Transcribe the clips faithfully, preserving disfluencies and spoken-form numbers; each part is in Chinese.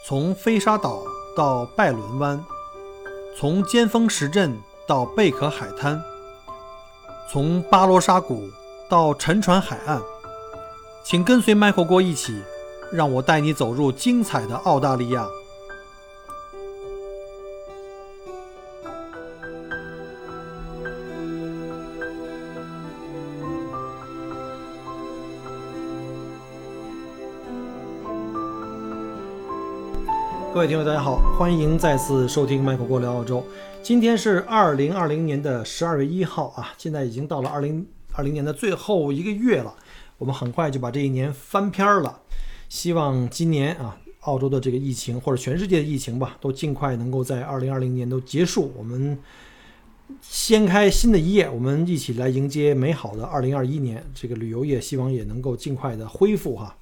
从飞沙岛到拜伦湾，从尖峰石镇到贝壳海滩，从巴罗沙谷到沉船海岸，请跟随麦克郭一起，让我带你走入精彩的澳大利亚。各位听众大家好，欢迎再次收听麦克郭聊澳洲。今天是二零二零年的十二月一号啊，现在已经到了二零二零年的最后一个月了，我们很快就把这一年翻篇了。希望今年啊，澳洲的这个疫情或者全世界的疫情吧，都尽快能够在二零二零年都结束，我们掀开新的一页，我们一起来迎接美好的二零二一年。这个旅游业希望也能够尽快的恢复哈。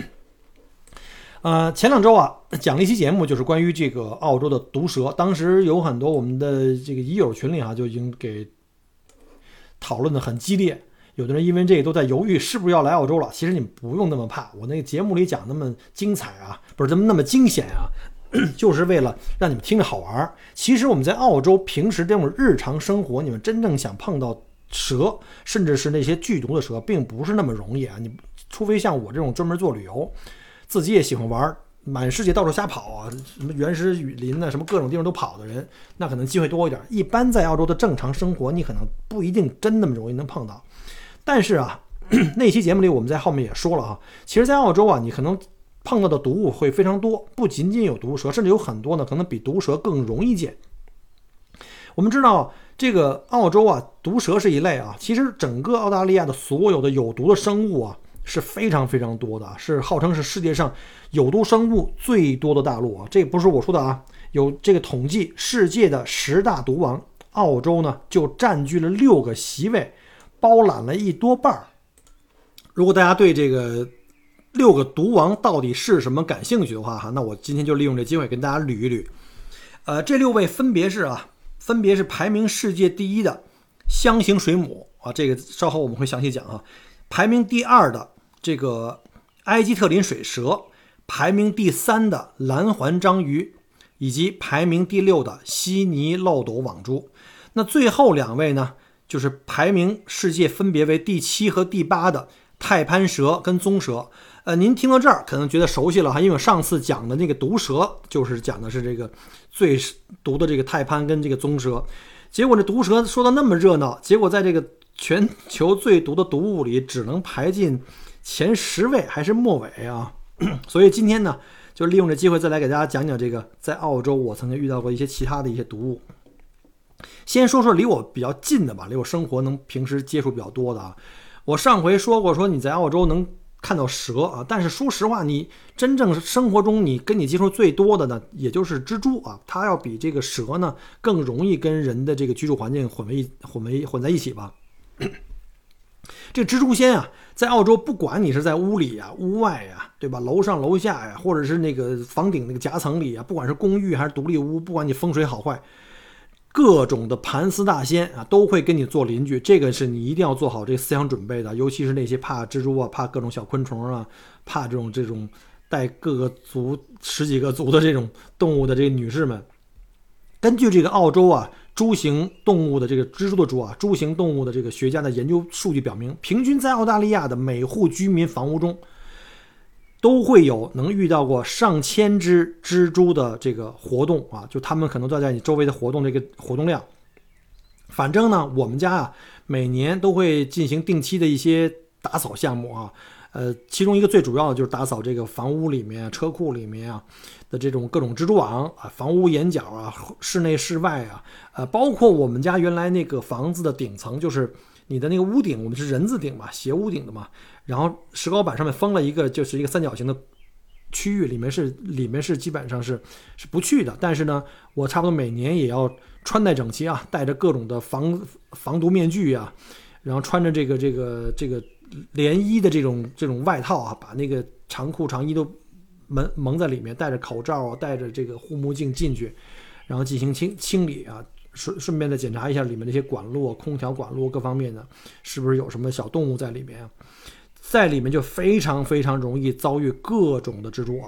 呃，前两周啊，讲了一期节目，就是关于这个澳洲的毒蛇。当时有很多我们的这个蚁友群里啊，就已经给讨论的很激烈。有的人因为这个都在犹豫是不是要来澳洲了。其实你们不用那么怕，我那个节目里讲那么精彩啊，不是那么那么惊险啊，就是为了让你们听着好玩。其实我们在澳洲平时这种日常生活，你们真正想碰到蛇，甚至是那些剧毒的蛇，并不是那么容易啊。你除非像我这种专门做旅游，自己也喜欢玩，满世界到处瞎跑啊，什么原始雨林啊，什么各种地方都跑的人，那可能机会多一点。一般在澳洲的正常生活，你可能不一定真那么容易能碰到。但是啊，那期节目里我们在后面也说了啊，其实在澳洲啊，你可能碰到的毒物会非常多，不仅仅有毒蛇，甚至有很多呢，可能比毒蛇更容易见。我们知道这个澳洲啊，毒蛇是一类啊，其实整个澳大利亚的所有的有毒的生物啊，是非常非常多的，是号称是世界上有毒生物最多的大陆啊！这不是我说的啊，有这个统计，世界的十大毒王，澳洲呢就占据了六个席位，包揽了一多半。如果大家对这个六个毒王到底是什么感兴趣的话哈，那我今天就利用这机会跟大家捋一捋。呃，这六位分别是啊，分别是排名世界第一的箱形水母啊，这个稍后我们会详细讲啊。排名第二的这个埃及特林水蛇，排名第三的蓝环章鱼，以及排名第六的悉尼漏斗网蛛。那最后两位呢，就是排名世界分别为第七和第八的太攀蛇跟棕蛇。呃，您听到这儿可能觉得熟悉了哈，因为我上次讲的那个毒蛇就是讲的是这个最毒的这个太攀跟这个棕蛇。结果这毒蛇说的那么热闹，结果在这个全球最毒的毒物里只能排进前十位，还是末尾啊。所以今天呢，就利用这机会再来给大家讲讲这个在澳洲我曾经遇到过一些其他的一些毒物。先说说离我比较近的吧，离我生活能平时接触比较多的啊。我上回说过，说你在澳洲能看到蛇啊，但是说实话，你真正生活中你跟你接触最多的呢，也就是蜘蛛啊，它要比这个蛇呢更容易跟人的这个居住环境混为混为混在一起吧。这个蜘蛛仙啊，在澳洲不管你是在屋里啊、屋外呀、啊，对吧？楼上楼下呀、啊，或者是那个房顶那个夹层里啊，不管是公寓还是独立屋，不管你风水好坏，各种的盘丝大仙啊，都会跟你做邻居。这个是你一定要做好这个思想准备的，尤其是那些怕蜘蛛啊、怕各种小昆虫啊、怕这种这种带各个族十几个族的这种动物的这个女士们。根据这个澳洲啊蛛形动物的这个蜘蛛的蛛啊蛛形动物的这个学家的研究数据表明，平均在澳大利亚的每户居民房屋中都会有能遇到过上千只蜘蛛的这个活动啊，就他们可能都在你周围的活动这个活动量。反正呢，我们家啊每年都会进行定期的一些打扫项目啊，呃，其中一个最主要的就是打扫这个房屋里面、车库里面啊的这种各种蜘蛛网啊，房屋檐角啊，室内室外啊，呃，包括我们家原来那个房子的顶层，就是你的那个屋顶，我们是人字顶嘛，斜屋顶的嘛，然后石膏板上面封了一个，就是一个三角形的区域，里面是里面是基本上是是不去的，但是呢，我差不多每年也要穿戴整齐啊，戴着各种的防防毒面具啊，然后穿着这个这个这个连衣的这种这种外套啊，把那个长裤长衣都蒙蒙在里面，戴着口罩，戴着这个护目镜进去，然后进行清清理啊，顺顺便的检查一下里面那些管路、空调管路各方面的，是不是有什么小动物在里面，在里面就非常非常容易遭遇各种的蜘蛛啊。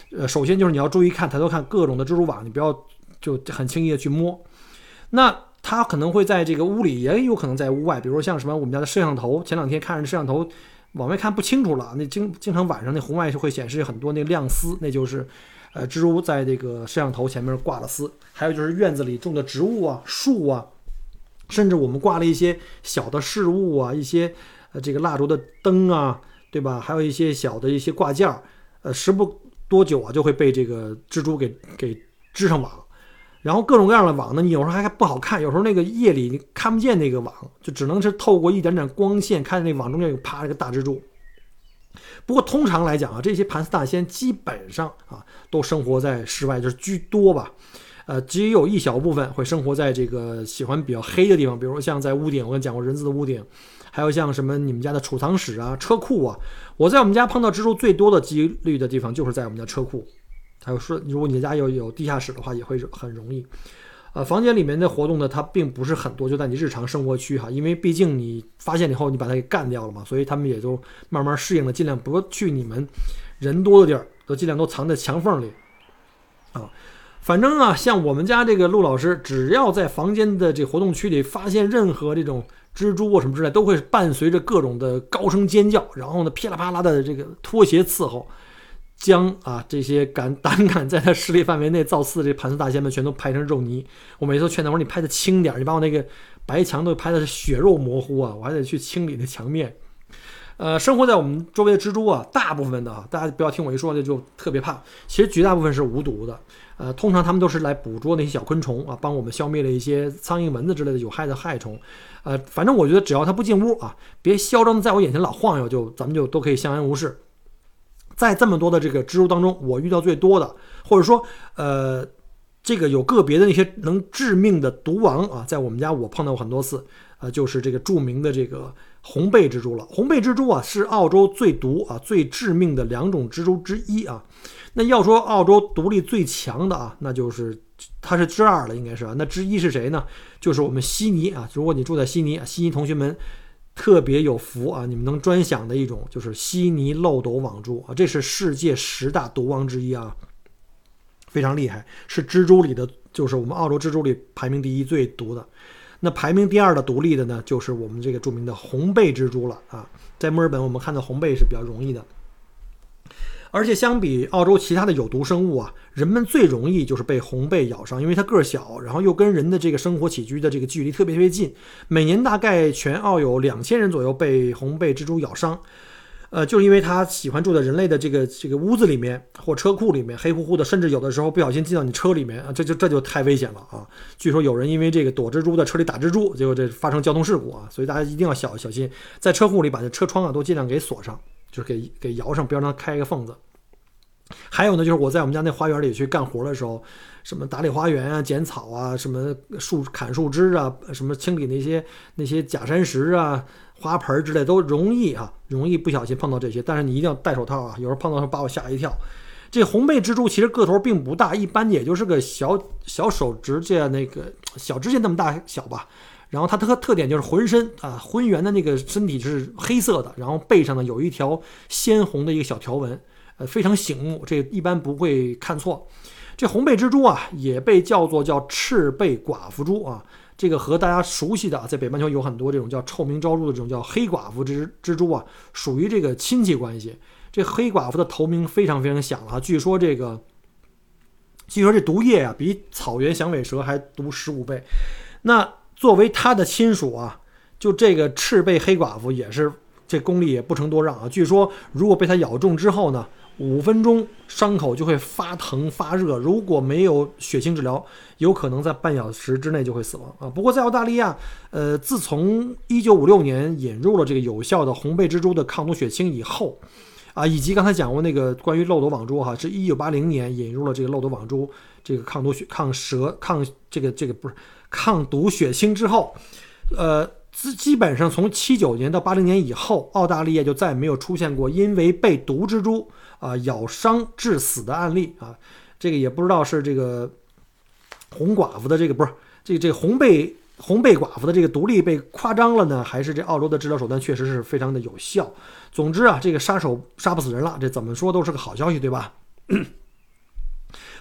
呃，首先就是你要注意看，抬头看各种的蜘蛛网，你不要就很轻易的去摸。那它可能会在这个屋里，也有可能在屋外，比如说像什么我们家的摄像头，前两天看着摄像头往外看不清楚了，那经经常晚上那红外会显示很多那亮丝，那就是呃蜘蛛在这个摄像头前面挂了丝。还有就是院子里种的植物啊、树啊，甚至我们挂了一些小的饰物啊，一些呃这个蜡烛的灯啊，对吧？还有一些小的一些挂件，呃，时不多久啊就会被这个蜘蛛给给织上网。然后各种各样的网呢，你有时候还不好看，有时候那个夜里你看不见那个网，就只能是透过一点点光线看见那网中间有啪一个大蜘蛛。不过通常来讲啊，这些盘丝大仙基本上啊都生活在室外，就是居多吧。呃，只有一小部分会生活在这个喜欢比较黑的地方，比如像在屋顶，我跟你讲过人字的屋顶，还有像什么你们家的储藏室啊、车库啊。我在我们家碰到蜘蛛最多的几率的地方就是在我们家车库。还有说，如果你家有有地下室的话，也会很容易。呃，房间里面的活动呢，它并不是很多，就在你日常生活区哈，因为毕竟你发现以后，你把它给干掉了嘛，所以他们也就慢慢适应了，尽量不去你们人多的地儿，都尽量都藏在墙缝里啊。反正啊，像我们家这个陆老师，只要在房间的这活动区里发现任何这种蜘蛛啊什么之类，都会伴随着各种的高声尖叫，然后呢噼里啪啦的这个拖鞋伺候。将啊这些敢胆敢在他势力范围内造次的这盘丝大仙们全都拍成肉泥。我每次都劝他，我说你拍的轻点，你把我那个白墙都拍的血肉模糊啊，我还得去清理那墙面。呃，生活在我们周围的蜘蛛啊，大部分的啊，大家不要听我一说就就特别怕，其实绝大部分是无毒的。呃，通常他们都是来捕捉那些小昆虫啊，帮我们消灭了一些苍蝇、蚊子之类的有害的害虫。呃，反正我觉得只要他不进屋啊，别嚣张的在我眼前老晃悠，就咱们就都可以相安无事。在这么多的这个蜘蛛当中，我遇到最多的，或者说，呃，这个有个别的那些能致命的毒王啊，在我们家我碰到过很多次，呃，就是这个著名的这个红背蜘蛛了。红背蜘蛛啊，是澳洲最毒啊、最致命的两种蜘蛛之一啊。那要说澳洲毒力最强的啊，那就是它是之二了，应该是啊。那之一是谁呢？就是我们悉尼啊。如果你住在悉尼，悉尼同学们特别有福啊，你们能专享的一种就是悉尼漏斗网蛛啊，这是世界十大毒王之一啊，非常厉害，是蜘蛛里的，就是我们澳洲蜘蛛里排名第一最毒的。那排名第二的独立的呢，就是我们这个著名的红背蜘蛛了啊。在墨尔本我们看到红背是比较容易的，而且相比澳洲其他的有毒生物啊，人们最容易就是被红背咬伤，因为它个儿小，然后又跟人的这个生活起居的这个距离特别特别近。每年大概全澳有两千人左右被红背蜘蛛咬伤，呃，就是因为它喜欢住在人类的这个这个屋子里面或车库里面，黑乎乎的，甚至有的时候不小心进到你车里面啊，这就这就太危险了啊！据说有人因为这个躲蜘蛛在车里打蜘蛛，结果这发生交通事故啊，所以大家一定要小小心，在车库里把这车窗啊都尽量给锁上。就是给给摇上，不要让它开一个缝子。还有呢，就是我在我们家那花园里去干活的时候，什么打理花园啊、剪草啊、什么树砍树枝啊、什么清理那些那些假山石啊、花盆之类，都容易啊，容易不小心碰到这些。但是你一定要戴手套啊，有时候碰到把我吓一跳。这红背蜘蛛其实个头并不大，一般也就是个小小手指甲那个小指甲那么大小吧。然后它特特点就是浑身啊浑圆的那个身体是黑色的，然后背上呢有一条鲜红的一个小条纹，呃非常醒目，这一般不会看错。这红背蜘蛛啊也被叫做叫赤背寡妇蛛啊，这个和大家熟悉的在北半球有很多这种叫臭名昭著的这种叫黑寡妇蜘蜘蛛啊，属于这个亲戚关系。这黑寡妇的头名非常非常响了啊，据说这个据说这毒液啊比草原响尾蛇还毒十五倍。那作为他的亲属啊，就这个赤背黑寡妇也是这功力也不成多让啊。据说如果被他咬中之后呢，五分钟伤口就会发疼发热，如果没有血清治疗，有可能在半小时之内就会死亡啊。不过在澳大利亚，呃，自从一九五六年引入了这个有效的红背蜘蛛的抗毒血清以后啊，以及刚才讲过那个关于漏斗网蛛哈，是一九八零年引入了这个漏斗网蛛这个抗毒血抗蛇抗这个这个不是。抗毒血清之后，呃，基本上从七九年到八零年以后，澳大利亚就再也没有出现过因为被毒蜘蛛啊、呃、咬伤致死的案例啊。这个也不知道是这个红寡妇的这个不是这个这个红背红背寡妇的这个毒力被夸张了呢，还是这澳洲的治疗手段确实是非常的有效。总之啊，这个杀手杀不死人了，这怎么说都是个好消息，对吧？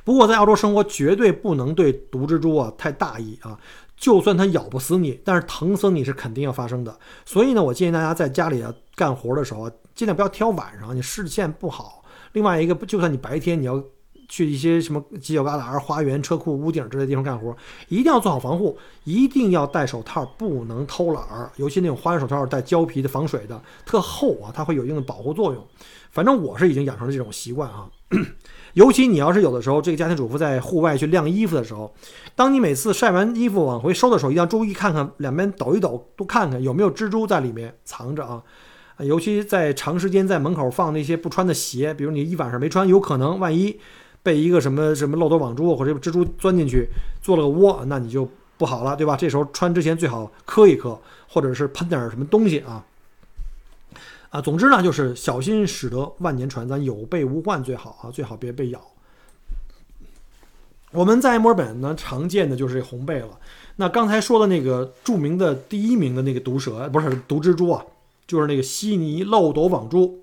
不过在澳洲生活绝对不能对毒蜘蛛啊太大意啊，就算它咬不死你，但是疼死你是肯定要发生的。所以呢，我建议大家在家里啊干活的时候啊，尽量不要挑晚上，你视线不好。另外一个，就算你白天你要去一些什么犄角旮旯、花园、车库、屋顶之类的地方干活，一定要做好防护，一定要戴手套，不能偷懒儿。尤其那种花园手套带胶皮的、防水的，特厚啊，它会有一定的保护作用。反正我是已经养成了这种习惯啊。尤其你要是有的时候，这个家庭主妇在户外去晾衣服的时候，当你每次晒完衣服往回收的时候，一定要注意看看两边抖一抖，都看看有没有蜘蛛在里面藏着啊。尤其在长时间在门口放那些不穿的鞋，比如你一晚上没穿，有可能万一被一个什么什么漏斗网蛛或者蜘蛛钻进去做了个窝，那你就不好了，对吧？这时候穿之前最好磕一磕，或者是喷点什么东西啊。啊，总之呢，就是小心驶得万年船，咱有备无患最好啊，最好别被咬。我们在墨尔本呢，常见的就是红背了。那刚才说的那个著名的第一名的那个毒蛇，不是毒蜘蛛啊，就是那个悉尼漏斗网蛛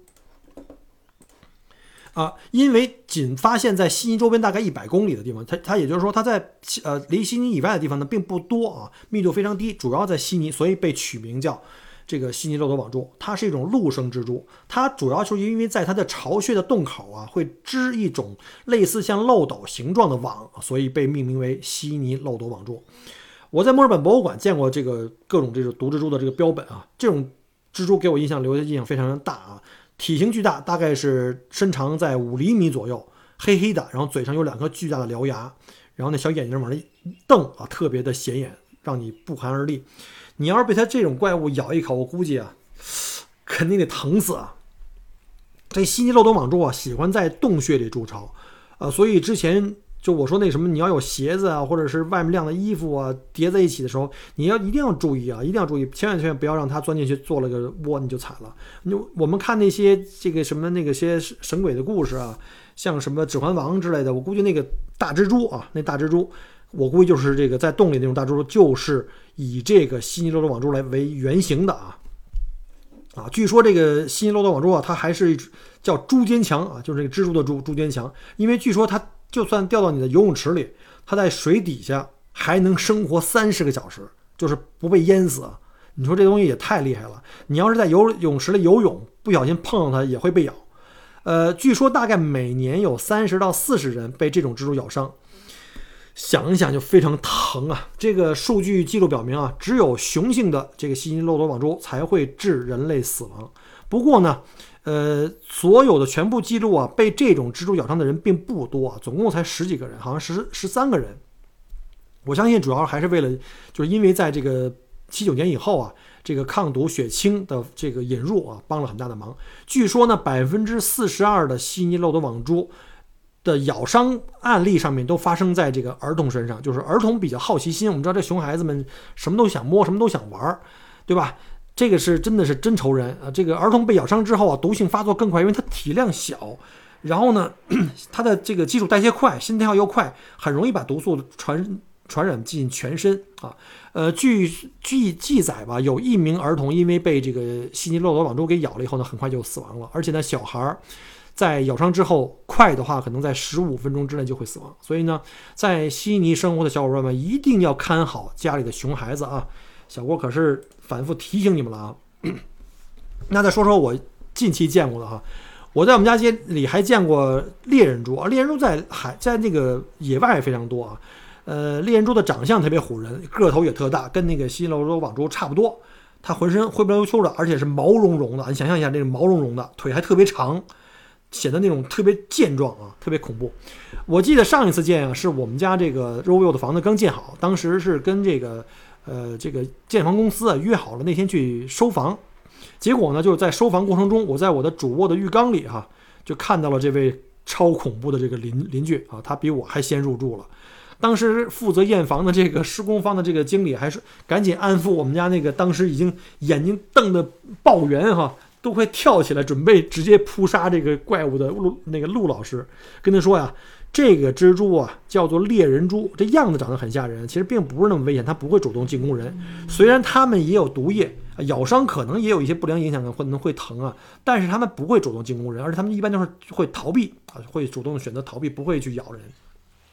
啊，因为仅发现在悉尼周边大概一百公里的地方，它它也就是说它在呃离悉尼以外的地方呢并不多啊，密度非常低，主要在悉尼，所以被取名叫这个悉尼漏斗网蛛。它是一种陆生蜘蛛，它主要就是因为在它的巢穴的洞口啊会织一种类似像漏斗形状的网，所以被命名为悉尼漏斗网蛛。我在墨尔本博物馆见过这个各种这种毒蜘蛛的这个标本啊，这种蜘蛛给我印象留下印象非常的大啊，体型巨大，大概是身长在五厘米左右，黑黑的，然后嘴上有两颗巨大的獠牙，然后那小眼睛往那瞪啊，特别的显眼，让你不寒而栗。你要是被它这种怪物咬一口，我估计啊，肯定得疼死啊。这悉尼漏斗网蛛啊，喜欢在洞穴里筑巢，呃，所以之前就我说那什么，你要有鞋子啊，或者是外面晾的衣服啊，叠在一起的时候，你要一定要注意啊，一定要注意，千万千万不要让它钻进去做了个窝，你就惨了。你我们看那些这个什么那个些神鬼的故事啊，像什么《指环王》之类的，我估计那个大蜘蛛啊，那大蜘蛛，我估计就是这个在洞里那种大蜘蛛，就是以这个悉尼漏斗网蛛来为原型的啊。啊，据说这个悉尼漏斗网蛛啊，它还是叫蛛坚强啊，就是这个蜘蛛的蛛，蛛坚强，因为据说它就算掉到你的游泳池里，它在水底下还能生活三十个小时，就是不被淹死。你说这东西也太厉害了！你要是在游泳池里游泳，不小心碰到它也会被咬。呃，据说大概每年有三十到四十人被这种蜘蛛咬伤，想一想就非常疼啊！这个数据记录表明啊，只有雄性的这个悉尼漏斗网蛛才会致人类死亡。不过呢，呃，所有的全部记录啊，被这种蜘蛛咬伤的人并不多啊，总共才十几个人，好像十十三个人。我相信主要还是为了，就是因为在这个七九年以后啊，这个抗毒血清的这个引入啊，帮了很大的忙。据说呢，百分之四十二的悉尼漏斗网蛛的咬伤案例上面都发生在这个儿童身上，就是儿童比较好奇心，我们知道这熊孩子们什么都想摸，什么都想玩，对吧？这个是真的是真仇人啊！这个儿童被咬伤之后啊，毒性发作更快，因为它体量小，然后呢，它的这个基础代谢快，心跳又快，很容易把毒素传传染进全身啊。呃，据据记载吧，有一名儿童因为被这个悉尼漏斗网蛛给咬了以后呢，很快就死亡了，而且呢，小孩在咬伤之后，快的话可能在十五分钟之内就会死亡。所以呢，在悉尼生活的小伙伴们一定要看好家里的熊孩子啊！小郭可是反复提醒你们了啊。那再说说我近期见过的哈，我在我们家街里还见过猎人蛛啊，猎人蛛在海在那个野外非常多啊。呃，猎人蛛的长相特别唬人，个头也特大，跟那个悉尼漏斗网蛛差不多。它浑身灰不溜秋的，而且是毛茸茸的。你想象一下，这个毛茸茸的腿还特别长，显得那种特别健壮啊，特别恐怖。我记得上一次见啊，是我们家这个 Rovio 的房子刚建好，当时是跟这个呃这个建房公司啊约好了那天去收房，结果呢就是在收房过程中，我在我的主卧的浴缸里哈、啊，就看到了这位超恐怖的这个邻邻居啊，他比我还先入住了。当时负责验房的这个施工方的这个经理还是赶紧安抚我们家那个当时已经眼睛瞪得爆圆哈，都快跳起来准备直接扑杀这个怪物的陆那个陆老师，跟他说呀，这个蜘蛛啊叫做猎人蛛，这样子长得很吓人，其实并不是那么危险，它不会主动进攻人。虽然它们也有毒液，咬伤可能也有一些不良影响，可能会疼啊，但是它们不会主动进攻人，而且它们一般都是会逃避啊，会主动选择逃避，不会去咬人。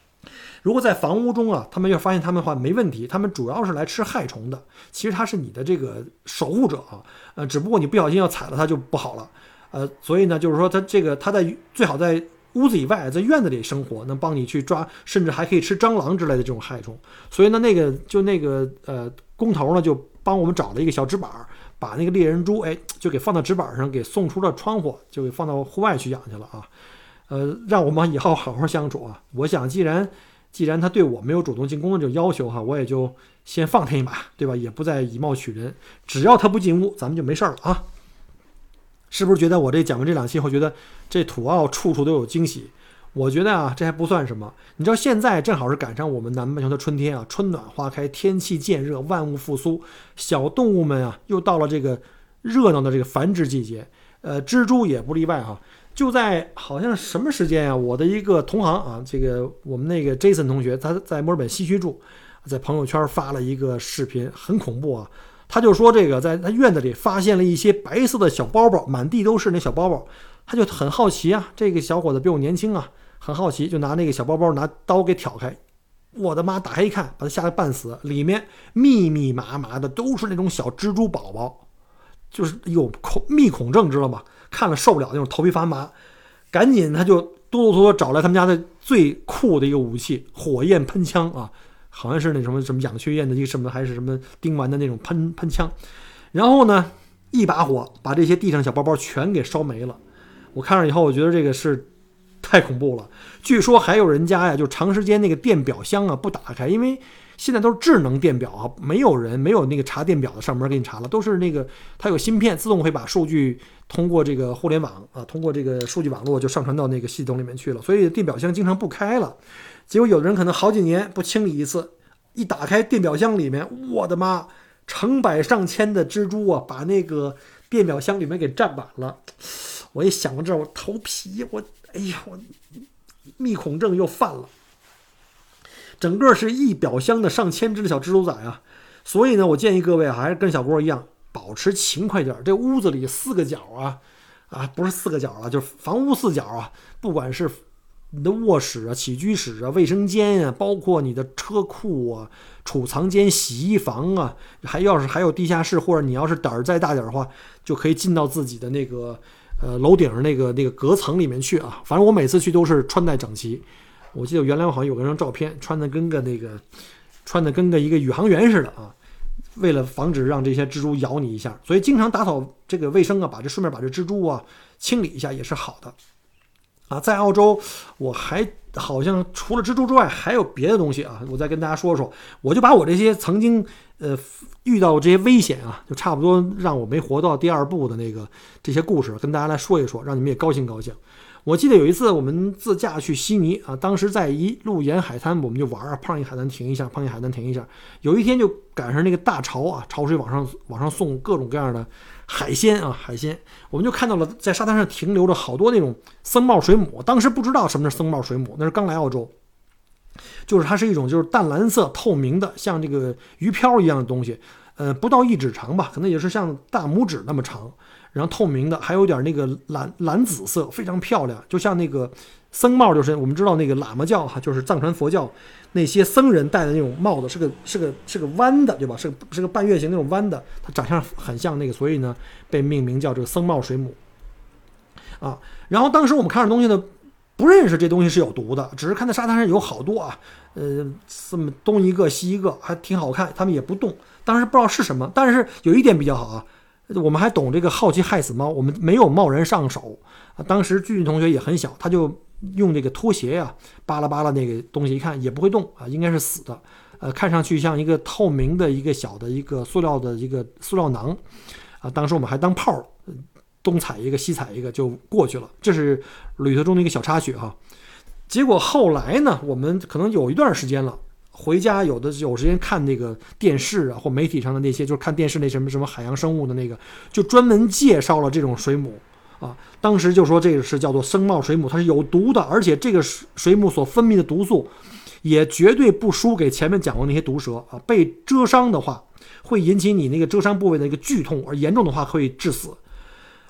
如果在房屋中啊，他们要发现他们的话没问题，他们主要是来吃害虫的。其实他是你的这个守护者啊，呃，只不过你不小心要踩了它就不好了，呃，所以呢，就是说他这个他在最好在屋子以外，在院子里生活，能帮你去抓，甚至还可以吃蟑螂之类的这种害虫。所以呢，那个就那个呃工头呢，就帮我们找了一个小纸板，把那个猎人猪，哎，就给放到纸板上，给送出了窗户，就给放到户外去养去了啊。呃，让我们以后好好相处啊。我想，既然既然他对我没有主动进攻的这种要求哈，我也就先放他一马，对吧？也不再以貌取人，只要他不进屋，咱们就没事了啊。是不是觉得我这讲完这两期后，觉得这土澳处处都有惊喜？我觉得啊，这还不算什么。你知道现在正好是赶上我们南半球的春天啊，春暖花开，天气渐热，万物复苏，小动物们啊又到了这个热闹的这个繁殖季节。呃，蜘蛛也不例外哈。就在好像什么时间啊，我的一个同行啊，这个我们那个 Jason 同学，他在墨尔本西区住，在朋友圈发了一个视频，很恐怖啊。他就说这个在他院子里发现了一些白色的小包包，满地都是那小包包，他就很好奇啊，这个小伙子比我年轻啊，很好奇，就拿那个小包包拿刀给挑开，我的妈，打开一看，把他吓得半死，里面密密麻麻的都是那种小蜘蛛宝宝，就是有恐密恐症，知道吗？看了受不了那种头皮发麻，赶紧他就哆哆嗦嗦找来他们家的最酷的一个武器——火焰喷枪啊。好像是那什么什么养血焰的一个什么，还是什么丁烷的那种喷喷枪，然后呢，一把火把这些地上小包包全给烧没了。我看了以后，我觉得这个是太恐怖了。据说还有人家呀，就长时间那个电表箱啊不打开，因为现在都是智能电表啊，没有人没有那个查电表的上门给你查了，都是那个它有芯片，自动会把数据通过这个互联网啊，通过这个数据网络就上传到那个系统里面去了，所以电表箱经常不开了。结果有的人可能好几年不清理一次，一打开电表箱里面，我的妈，成百上千的蜘蛛啊，把那个电表箱里面给占满了。我一想到这儿，我头皮，我哎呀，我密恐症又犯了。整个是一表箱的上千只的小蜘蛛仔啊！所以呢，我建议各位还是跟小郭一样，保持勤快点。这屋子里四个角啊，啊，不是四个角啊，就是房屋四角啊，不管是你的卧室啊、起居室啊、卫生间啊，包括你的车库啊、储藏间、洗衣房啊，还要是还有地下室，或者你要是胆儿再大点的话，就可以进到自己的那个呃楼顶那个那个隔层里面去啊。反正我每次去都是穿戴整齐。我记得原来我好像有个张照片，穿的跟个那个穿的跟个一个宇航员似的啊。为了防止让这些蜘蛛咬你一下，所以经常打扫这个卫生啊，把这顺便把这蜘蛛啊清理一下也是好的。啊，在澳洲我还好像除了蜘蛛之外还有别的东西啊，我再跟大家说说。我就把我这些曾经呃遇到这些危险啊，就差不多让我没活到第二部的那个这些故事跟大家来说一说，让你们也高兴高兴。我记得有一次我们自驾去悉尼啊，当时在一路沿海滩我们就玩啊，碰上一海滩停一下，碰上一海滩停一下。有一天就赶上那个大潮啊，潮水往上往上送各种各样的海鲜啊，海鲜，我们就看到了在沙滩上停留着好多那种僧帽水母。当时不知道什么是僧帽水母，那是刚来澳洲，就是它是一种就是淡蓝色透明的，像这个鱼漂一样的东西，呃，不到一指长吧，可能也是像大拇指那么长。然后透明的，还有点那个蓝蓝紫色，非常漂亮，就像那个僧帽，就是我们知道那个喇嘛教哈，就是藏传佛教那些僧人戴的那种帽子，是个是个是个弯的，对吧？是个是个半月形那种弯的，它长相很像那个，所以呢被命名叫这个僧帽水母啊。然后当时我们看着东西呢，不认识这东西是有毒的，只是看在沙滩上有好多啊，呃，这么东一个西一个，还挺好看，他们也不动。当时不知道是什么，但是有一点比较好啊。我们还懂这个好奇害死猫，我们没有贸然上手啊。当时俊俊同学也很小，他就用这个拖鞋呀、啊，扒拉扒拉那个东西，一看也不会动啊，应该是死的。呃，看上去像一个透明的一个小的一个塑料的一个塑料囊啊。当时我们还当炮，东踩一个西踩一个就过去了。这是旅途中的一个小插曲哈。结果后来呢，我们可能有一段时间了。回家有的有时间看那个电视啊，或媒体上的那些，就是看电视那什么什么海洋生物的那个，就专门介绍了这种水母啊。当时就说这个是叫做僧帽水母，它是有毒的，而且这个水母所分泌的毒素也绝对不输给前面讲过那些毒蛇啊。被蛰伤的话，会引起你那个蛰伤部位的一个剧痛，而严重的话会致死。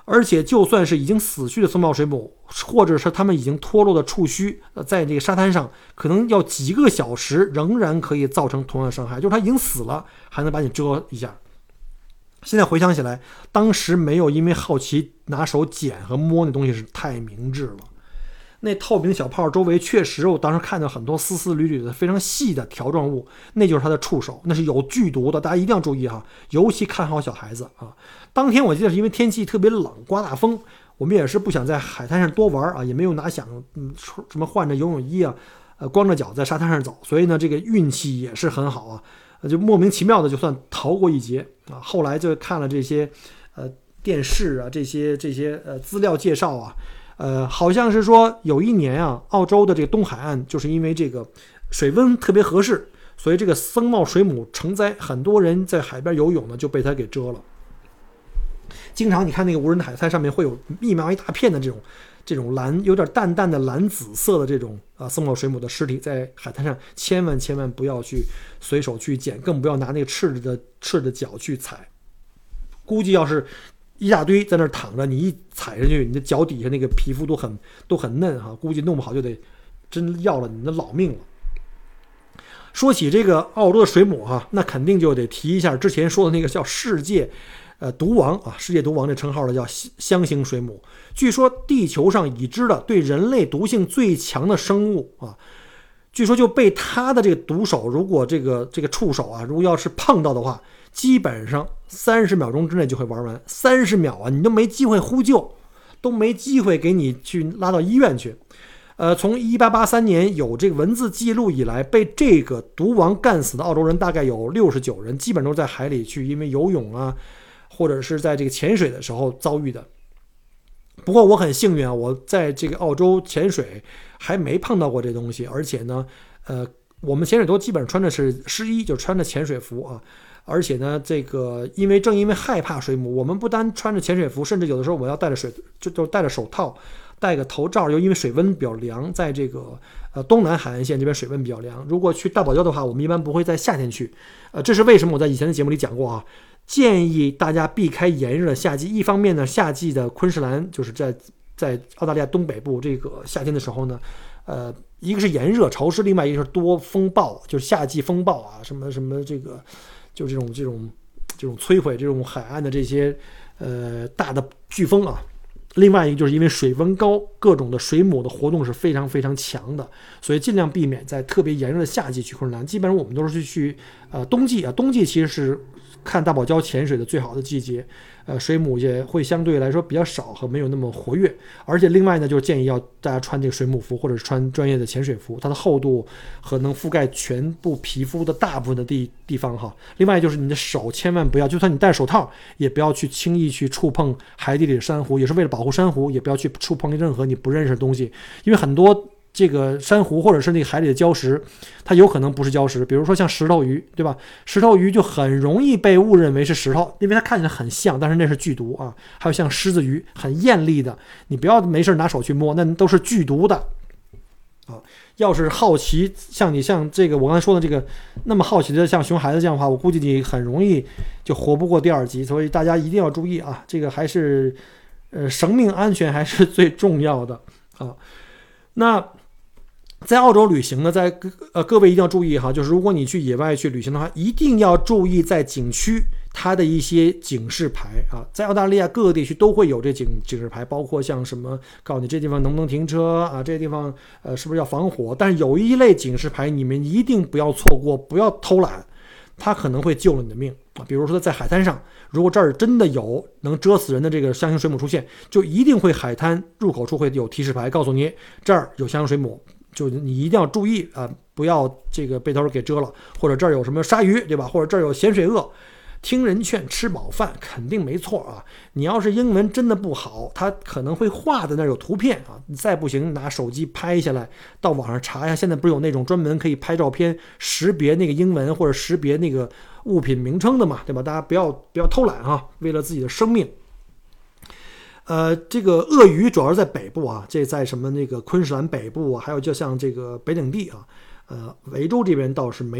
而且就算是已经死去的僧帽水母，或者是他们已经脱落的触须，呃，在这个沙滩上可能要几个小时仍然可以造成同样的伤害，就是它已经死了还能把你蛰一下。现在回想起来，当时没有因为好奇拿手捡和摸那东西是太明智了。那透明小泡周围确实我当时看到很多丝丝缕缕的非常细的条状物，那就是它的触手，那是有剧毒的，大家一定要注意哈，尤其看好小孩子啊。当天我记得是因为天气特别冷，刮大风，我们也是不想在海滩上多玩啊，也没有拿想嗯什么换着游泳衣啊，呃光着脚在沙滩上走，所以呢这个运气也是很好啊，就莫名其妙的就算逃过一劫啊。后来就看了这些呃电视啊，这些这些呃资料介绍啊。呃，好像是说有一年啊，澳洲的这个东海岸就是因为这个水温特别合适，所以这个僧帽水母成灾，很多人在海边游泳呢就被它给蛰了。经常你看那个无人的海滩上面会有密麻一大片的这种这种蓝有点淡淡的蓝紫色的这种啊僧帽水母的尸体在海滩上，千万千万不要去随手去捡，更不要拿那个赤着的赤着脚去踩。估计要是一大堆在那儿躺着，你一踩上去，你的脚底下那个皮肤都很都很嫩哈，估计弄不好就得真要了你的老命了。说起这个澳洲的水母哈，那肯定就得提一下之前说的那个叫世界呃毒王啊，世界毒王这称号的叫箱形水母。据说地球上已知的对人类毒性最强的生物啊，据说就被它的这个毒手，如果这个这个触手啊，如果要是碰到的话，基本上三十秒钟之内就会玩完。三十秒啊，你都没机会呼救，都没机会给你去拉到医院去。呃，从一八八三年有这个文字记录以来，被这个毒王干死的澳洲人大概有六十九人，基本都是在海里去因为游泳啊，或者是在这个潜水的时候遭遇的。不过我很幸运啊，我在这个澳洲潜水还没碰到过这东西，而且呢，呃，我们潜水都基本上穿的是湿衣，就穿着潜水服啊。而且呢，这个因为正因为害怕水母，我们不单穿着潜水服，甚至有的时候我要戴着水就就戴着手套，戴个头罩，又因为水温比较凉，在这个呃东南海岸线这边水温比较凉。如果去大堡礁的话，我们一般不会在夏天去，呃，这是为什么？我在以前的节目里讲过啊，建议大家避开炎热的夏季。一方面呢，夏季的昆士兰就是在在澳大利亚东北部这个夏天的时候呢，呃，一个是炎热潮湿，另外一个是多风暴，就是夏季风暴啊，什么什么这个。就这种这种这种摧毁这种海岸的这些呃大的飓风啊，另外一个就是因为水温高，各种的水母的活动是非常非常强的，所以尽量避免在特别炎热的夏季去昆士兰。基本上我们都是去呃冬季啊，冬季其实是看大堡礁潜水的最好的季节，呃，水母也会相对来说比较少和没有那么活跃。而且另外呢，就是建议要大家穿这个水母服或者是穿专业的潜水服，它的厚度和能覆盖全部皮肤的大部分的地地方哈。另外就是你的手千万不要，就算你戴手套，也不要去轻易去触碰海底里的珊瑚，也是为了保护珊瑚，也不要去触碰任何你不认识的东西，因为很多这个珊瑚或者是那个海里的礁石，它有可能不是礁石，比如说像石头鱼，对吧？石头鱼就很容易被误认为是石头，因为它看起来很像，但是那是剧毒啊。还有像狮子鱼，很艳丽的，你不要没事拿手去摸，那都是剧毒的啊。要是好奇，像你像这个我刚才说的这个那么好奇的像熊孩子这样的话，我估计你很容易就活不过第二集，所以大家一定要注意啊，这个还是呃生命安全还是最重要的啊。那在澳洲旅行呢，在呃各位一定要注意哈，就是如果你去野外去旅行的话，一定要注意在景区它的一些警示牌啊。在澳大利亚各个地区都会有这警警示牌，包括像什么告诉你这地方能不能停车啊，这地方呃是不是要防火。但是有一类警示牌你们一定不要错过，不要偷懒，它可能会救了你的命啊。比如说在海滩上，如果这儿真的有能蛰死人的这个箱形水母出现，就一定会海滩入口处会有提示牌告诉你这儿有箱形水母，就你一定要注意啊，不要这个被它给蛰了，或者这儿有什么鲨鱼，对吧？或者这儿有咸水鳄。听人劝，吃饱饭肯定没错啊。你要是英文真的不好，它可能会画在那儿有图片啊。你再不行，拿手机拍下来，到网上查一下。现在不是有那种专门可以拍照片识别那个英文或者识别那个物品名称的嘛，对吧？大家不要不要偷懒啊，为了自己的生命。呃，这个鳄鱼主要是在北部啊，这在什么那个昆士兰北部啊，还有就像这个北领地啊，呃，维州这边倒是没有。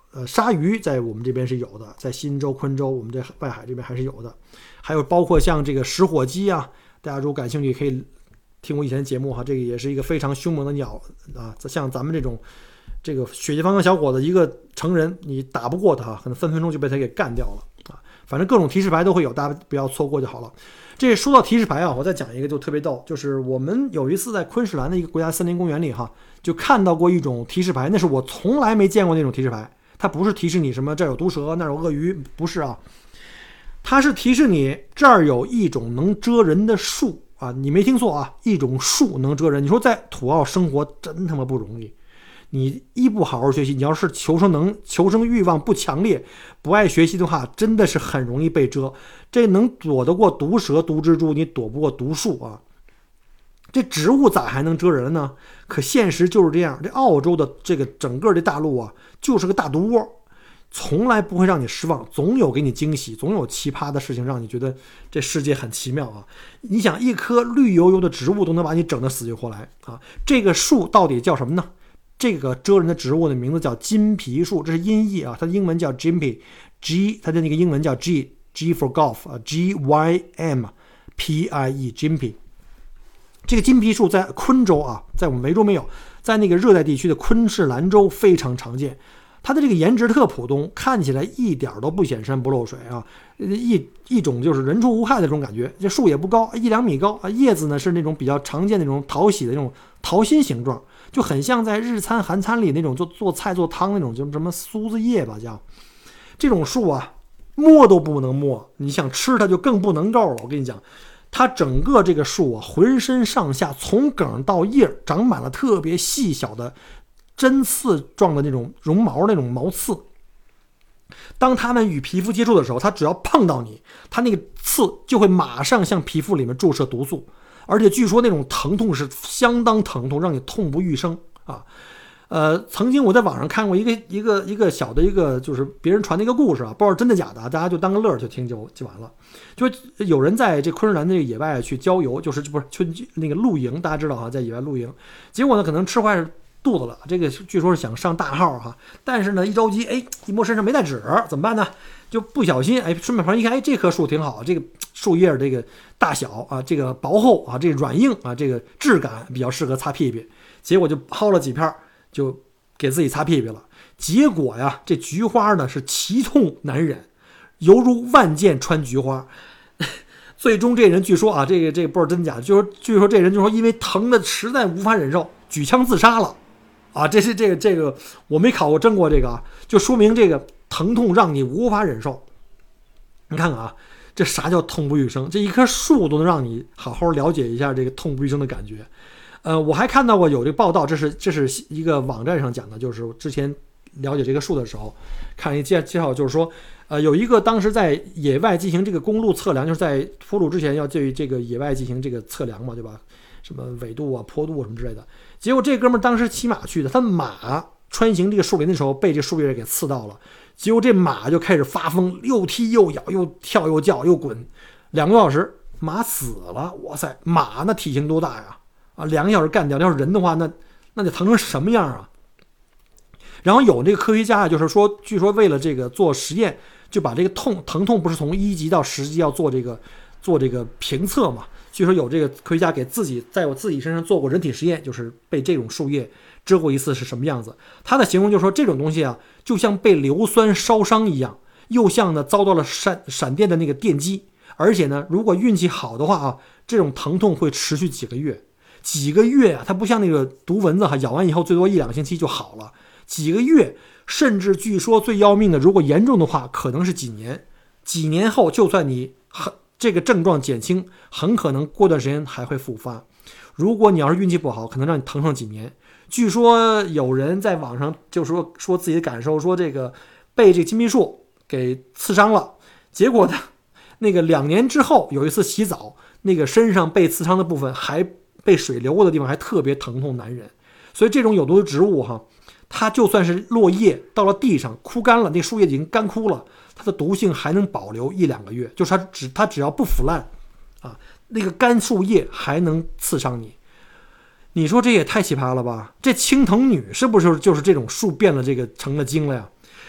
呃，鲨鱼在我们这边是有的，在新州、昆州，我们在外海这边还是有的。还有包括像这个食火鸡啊，大家如果感兴趣可以听我以前的节目哈，这个也是一个非常凶猛的鸟啊。像咱们这种这个血气方刚小伙子，一个成人你打不过他，可能分分钟就被他给干掉了啊。反正各种提示牌都会有，大家不要错过就好了。这说到提示牌啊，我再讲一个就特别逗，就是我们有一次在昆士兰的一个国家森林公园里哈，就看到过一种提示牌，那是我从来没见过那种提示牌。它不是提示你什么这儿有毒蛇那儿有鳄鱼，不是啊，它是提示你这儿有一种能蛰人的树啊，你没听错啊，一种树能蛰人。你说在土澳生活真他妈不容易，你一不好好学习，你要是求生能求生欲望不强烈，不爱学习的话，真的是很容易被蛰。这能躲得过毒蛇毒蜘蛛，你躲不过毒树啊。这植物咋还能蛰人呢？可现实就是这样，这澳洲的这个整个这大陆啊，就是个大毒窝，从来不会让你失望，总有给你惊喜，总有奇葩的事情让你觉得这世界很奇妙啊！你想，一棵绿油油的植物都能把你整得死去活来啊！这个树到底叫什么呢？这个蛰人的植物的名字叫金皮树，这是音译啊，它的英文叫 Gympie，G 它的那个英文叫 G G for golf 啊 ，G Y M P I E Gympie。这个金皮树在昆州啊，在我们维州没有，在那个热带地区的昆士兰州非常常见。它的这个颜值特普通，看起来一点都不显山不漏水啊，一一种就是人畜无害的这种感觉。这树也不高，一两米高啊，叶子呢是那种比较常见的那种讨喜的那种桃心形状，就很像在日餐韩餐里那种做做菜做汤那种，就什么苏子叶吧叫。这种树啊，摸都不能摸，你想吃它就更不能够了。我跟你讲。它整个这个树啊，浑身上下从梗到叶长满了特别细小的针刺状的那种绒毛，那种毛刺。当它们与皮肤接触的时候，它只要碰到你，它那个刺就会马上向皮肤里面注射毒素，而且据说那种疼痛是相当疼痛，让你痛不欲生啊。呃，曾经我在网上看过一个一个一个小的一个就是别人传的一个故事啊，不知道真的假的，大家就当个乐儿就听就就完了。就有人在这昆士兰的野外去郊游，就是不是去那个露营，大家知道哈，在野外露营，结果呢可能吃坏肚子了，这个据说是想上大号哈，但是呢一着急，哎，一摸身上没带纸，怎么办呢？就不小心，哎，顺便旁一看，哎，这棵树挺好，这个树叶这个大小啊，这个薄厚啊，这个软硬啊，这个质感比较适合擦屁屁，结果就薅了几片。就给自己擦屁屁了，结果呀，这菊花呢是奇痛难忍，犹如万箭穿菊花。最终这人据说啊，这个这个不知道真假，就是据说这人就说因为疼的实在无法忍受，举枪自杀了。啊，这是这个这个我没考过真过这个啊，就说明这个疼痛让你无法忍受。你看看啊，这啥叫痛不欲生？这一棵树都能让你好好了解一下这个痛不欲生的感觉。呃，我还看到过有这个报道，这是这是一个网站上讲的，就是之前了解这个树的时候，看一介介绍，就是说，呃，有一个当时在野外进行这个公路测量，就是在铺路之前要对这个野外进行这个测量嘛，对吧？什么纬度啊、坡度什么之类的。结果这哥们当时骑马去的，他马穿行这个树林的时候被这树叶给刺到了，结果这马就开始发疯，又踢又咬，又跳又叫又滚，两个多小时，马死了。哇塞，马那体型多大呀？啊，两个小时干掉，要是人的话，那那得疼成什么样啊？然后有这个科学家就是说，据说为了这个做实验，就把这个痛疼痛不是从一级到十级要做这个做这个评测嘛？据说有这个科学家给自己在我自己身上做过人体实验，就是被这种树叶蛰过一次是什么样子。他的形容就是说，这种东西啊，就像被硫酸烧伤一样，又像呢遭到了闪闪电的那个电击，而且呢，如果运气好的话啊，这种疼痛会持续几个月。几个月啊，它不像那个毒蚊子哈，咬完以后最多一两个星期就好了。几个月，甚至据说最要命的，如果严重的话，可能是几年。几年后，就算你很这个症状减轻，很可能过段时间还会复发。如果你要是运气不好，可能让你疼上几年。据说有人在网上就说说自己的感受，说这个被这金皮树给刺伤了，结果呢，那个两年之后有一次洗澡，那个身上被刺伤的部分还被水流过的地方还特别疼痛难忍。所以这种有毒的植物哈，它就算是落叶到了地上枯干了，那树叶已经干枯了，它的毒性还能保留一两个月，就是它只它只要不腐烂啊，那个干树叶还能刺伤你。你说这也太奇葩了吧？这青藤女是不是就是这种树变了这个成了精了呀？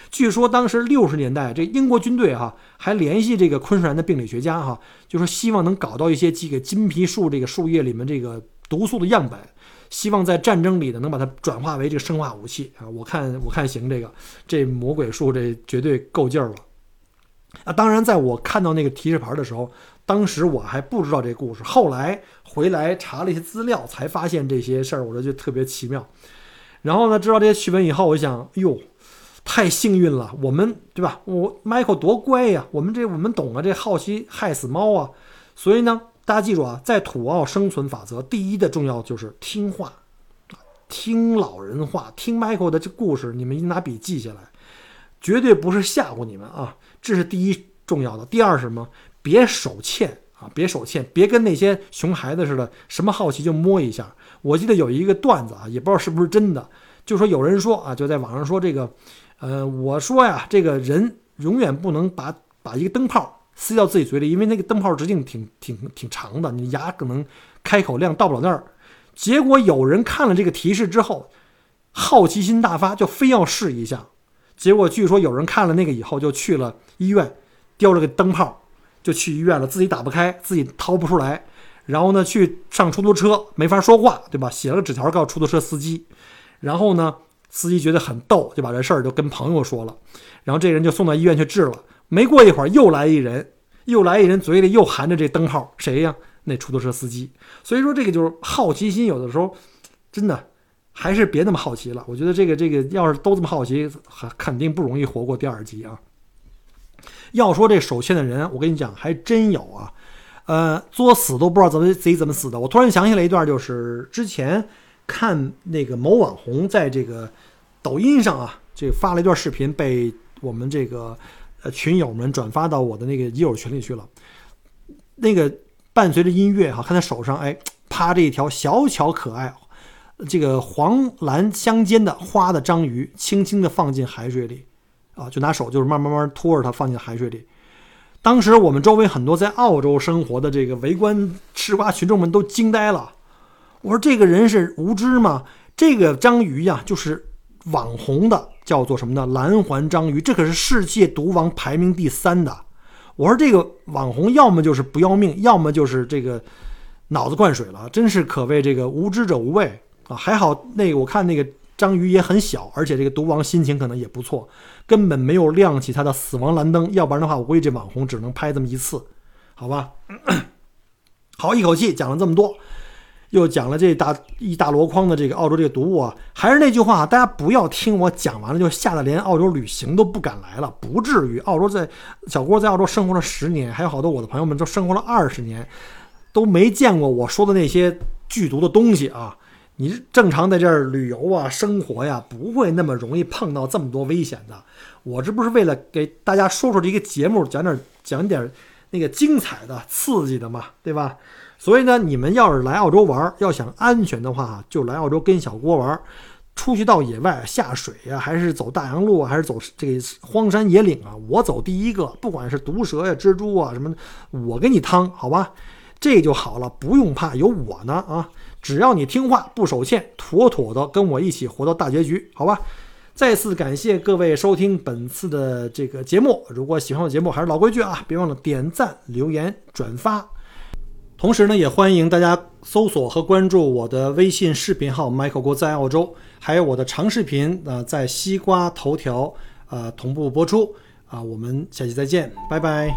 据说当时六十年代，这英国军队哈、啊、还联系这个昆士兰的病理学家哈、啊，就说希望能搞到一些这个金皮树这个树叶里面这个毒素的样本，希望在战争里呢能把它转化为这个生化武器啊。我看我看行，这个这魔鬼树这绝对够劲儿了啊！当然，在我看到那个提示牌的时候，当时我还不知道这故事，后来回来查了一些资料，才发现这些事儿，我觉得就特别奇妙。然后呢，知道这些趣闻以后，我想，哎呦，太幸运了，我们对吧？我 Michael 多乖呀，我们这我们懂啊，这好奇害死猫啊。所以呢，大家记住啊，在土澳生存法则，第一的重要就是听话，听老人话，听 Michael 的这故事，你们一定拿笔记下来，绝对不是吓唬你们啊，这是第一重要的。第二是什么？别手欠啊，别手欠，别跟那些熊孩子似的，什么好奇就摸一下。我记得有一个段子啊，也不知道是不是真的，就说有人说啊，就在网上说这个，呃，我说呀，这个人永远不能把把一个灯泡塞到自己嘴里，因为那个灯泡直径挺挺挺长的，你牙可能开口量到不了那儿。结果有人看了这个提示之后，好奇心大发，就非要试一下。结果据说有人看了那个以后，就去了医院，叼着个灯泡就去医院了，自己打不开，自己掏不出来。然后呢，去上出租车没法说话，对吧？写了个纸条告诉出租车司机，然后呢，司机觉得很逗，就把这事儿就跟朋友说了，然后这人就送到医院去治了。没过一会儿，又来一人，又来一人，嘴里又含着这灯泡，谁呀？那出租车司机。所以说，这个就是好奇心，有的时候真的还是别那么好奇了。我觉得这个这个要是都这么好奇，肯定不容易活过第二集啊。要说这手欠的人，我跟你讲，还真有啊。呃，作死都不知道怎么自己怎么死的。我突然想起来一段，就是之前看那个某网红在这个抖音上啊，这个发了一段视频，被我们这个呃群友们转发到我的那个友群里去了。那个伴随着音乐哈，看他手上哎趴着一条小巧可爱、这个黄蓝相间的花的章鱼，轻轻地放进海水里啊，就拿手就是慢慢慢拖着它放进海水里。当时我们周围很多在澳洲生活的这个围观吃瓜群众们都惊呆了。我说这个人是无知吗？这个章鱼呀，就是网红的，叫做什么呢？蓝环章鱼，这可是世界毒王排名第三的。我说这个网红要么就是不要命，要么就是这个脑子灌水了，真是可谓这个无知者无畏啊！还好那个我看那个章鱼也很小，而且这个毒王心情可能也不错，根本没有亮起他的死亡蓝灯，要不然的话我估计这网红只能拍这么一次，好吧。好，一口气讲了这么多，又讲了这大一大箩筐的这个澳洲这个毒物啊。还是那句话，大家不要听我讲完了就吓得连澳洲旅行都不敢来了，不至于。澳洲在小郭在澳洲生活了十年，还有好多我的朋友们都生活了二十年，都没见过我说的那些剧毒的东西啊。你正常在这儿旅游啊生活呀，不会那么容易碰到这么多危险的。我这不是为了给大家说说这个节目，讲点讲点那个精彩的刺激的嘛，对吧？所以呢，你们要是来澳洲玩，要想安全的话，就来澳洲跟小郭玩。出去到野外下水啊，还是走大洋路啊，还是走这个荒山野岭啊，我走第一个，不管是毒蛇呀、蜘蛛啊什么的，我给你趟，好吧？这就好了，不用怕，有我呢啊！只要你听话不手欠，妥妥的跟我一起活到大结局，好吧？再次感谢各位收听本次的这个节目，如果喜欢我节目，还是老规矩啊，别忘了点赞、留言、转发。同时呢，也欢迎大家搜索和关注我的微信视频号 Michael 郭在澳洲，还有我的长视频呃在西瓜头条呃同步播出啊、呃，我们下期再见，拜拜。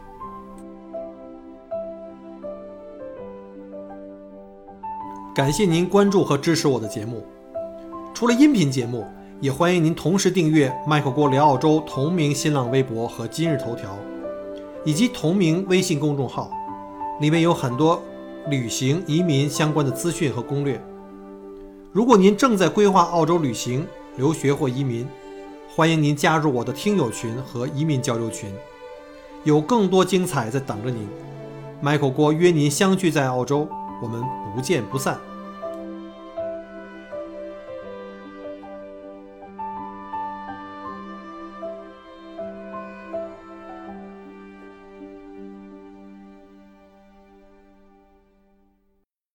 感谢您关注和支持我的节目。除了音频节目，也欢迎您同时订阅 Michael 郭聊澳洲同名新浪微博和今日头条，以及同名微信公众号，里面有很多旅行、移民相关的资讯和攻略。如果您正在规划澳洲旅行、留学或移民，欢迎您加入我的听友群和移民交流群，有更多精彩在等着您。Michael 郭约您相聚在澳洲，我们不见不散。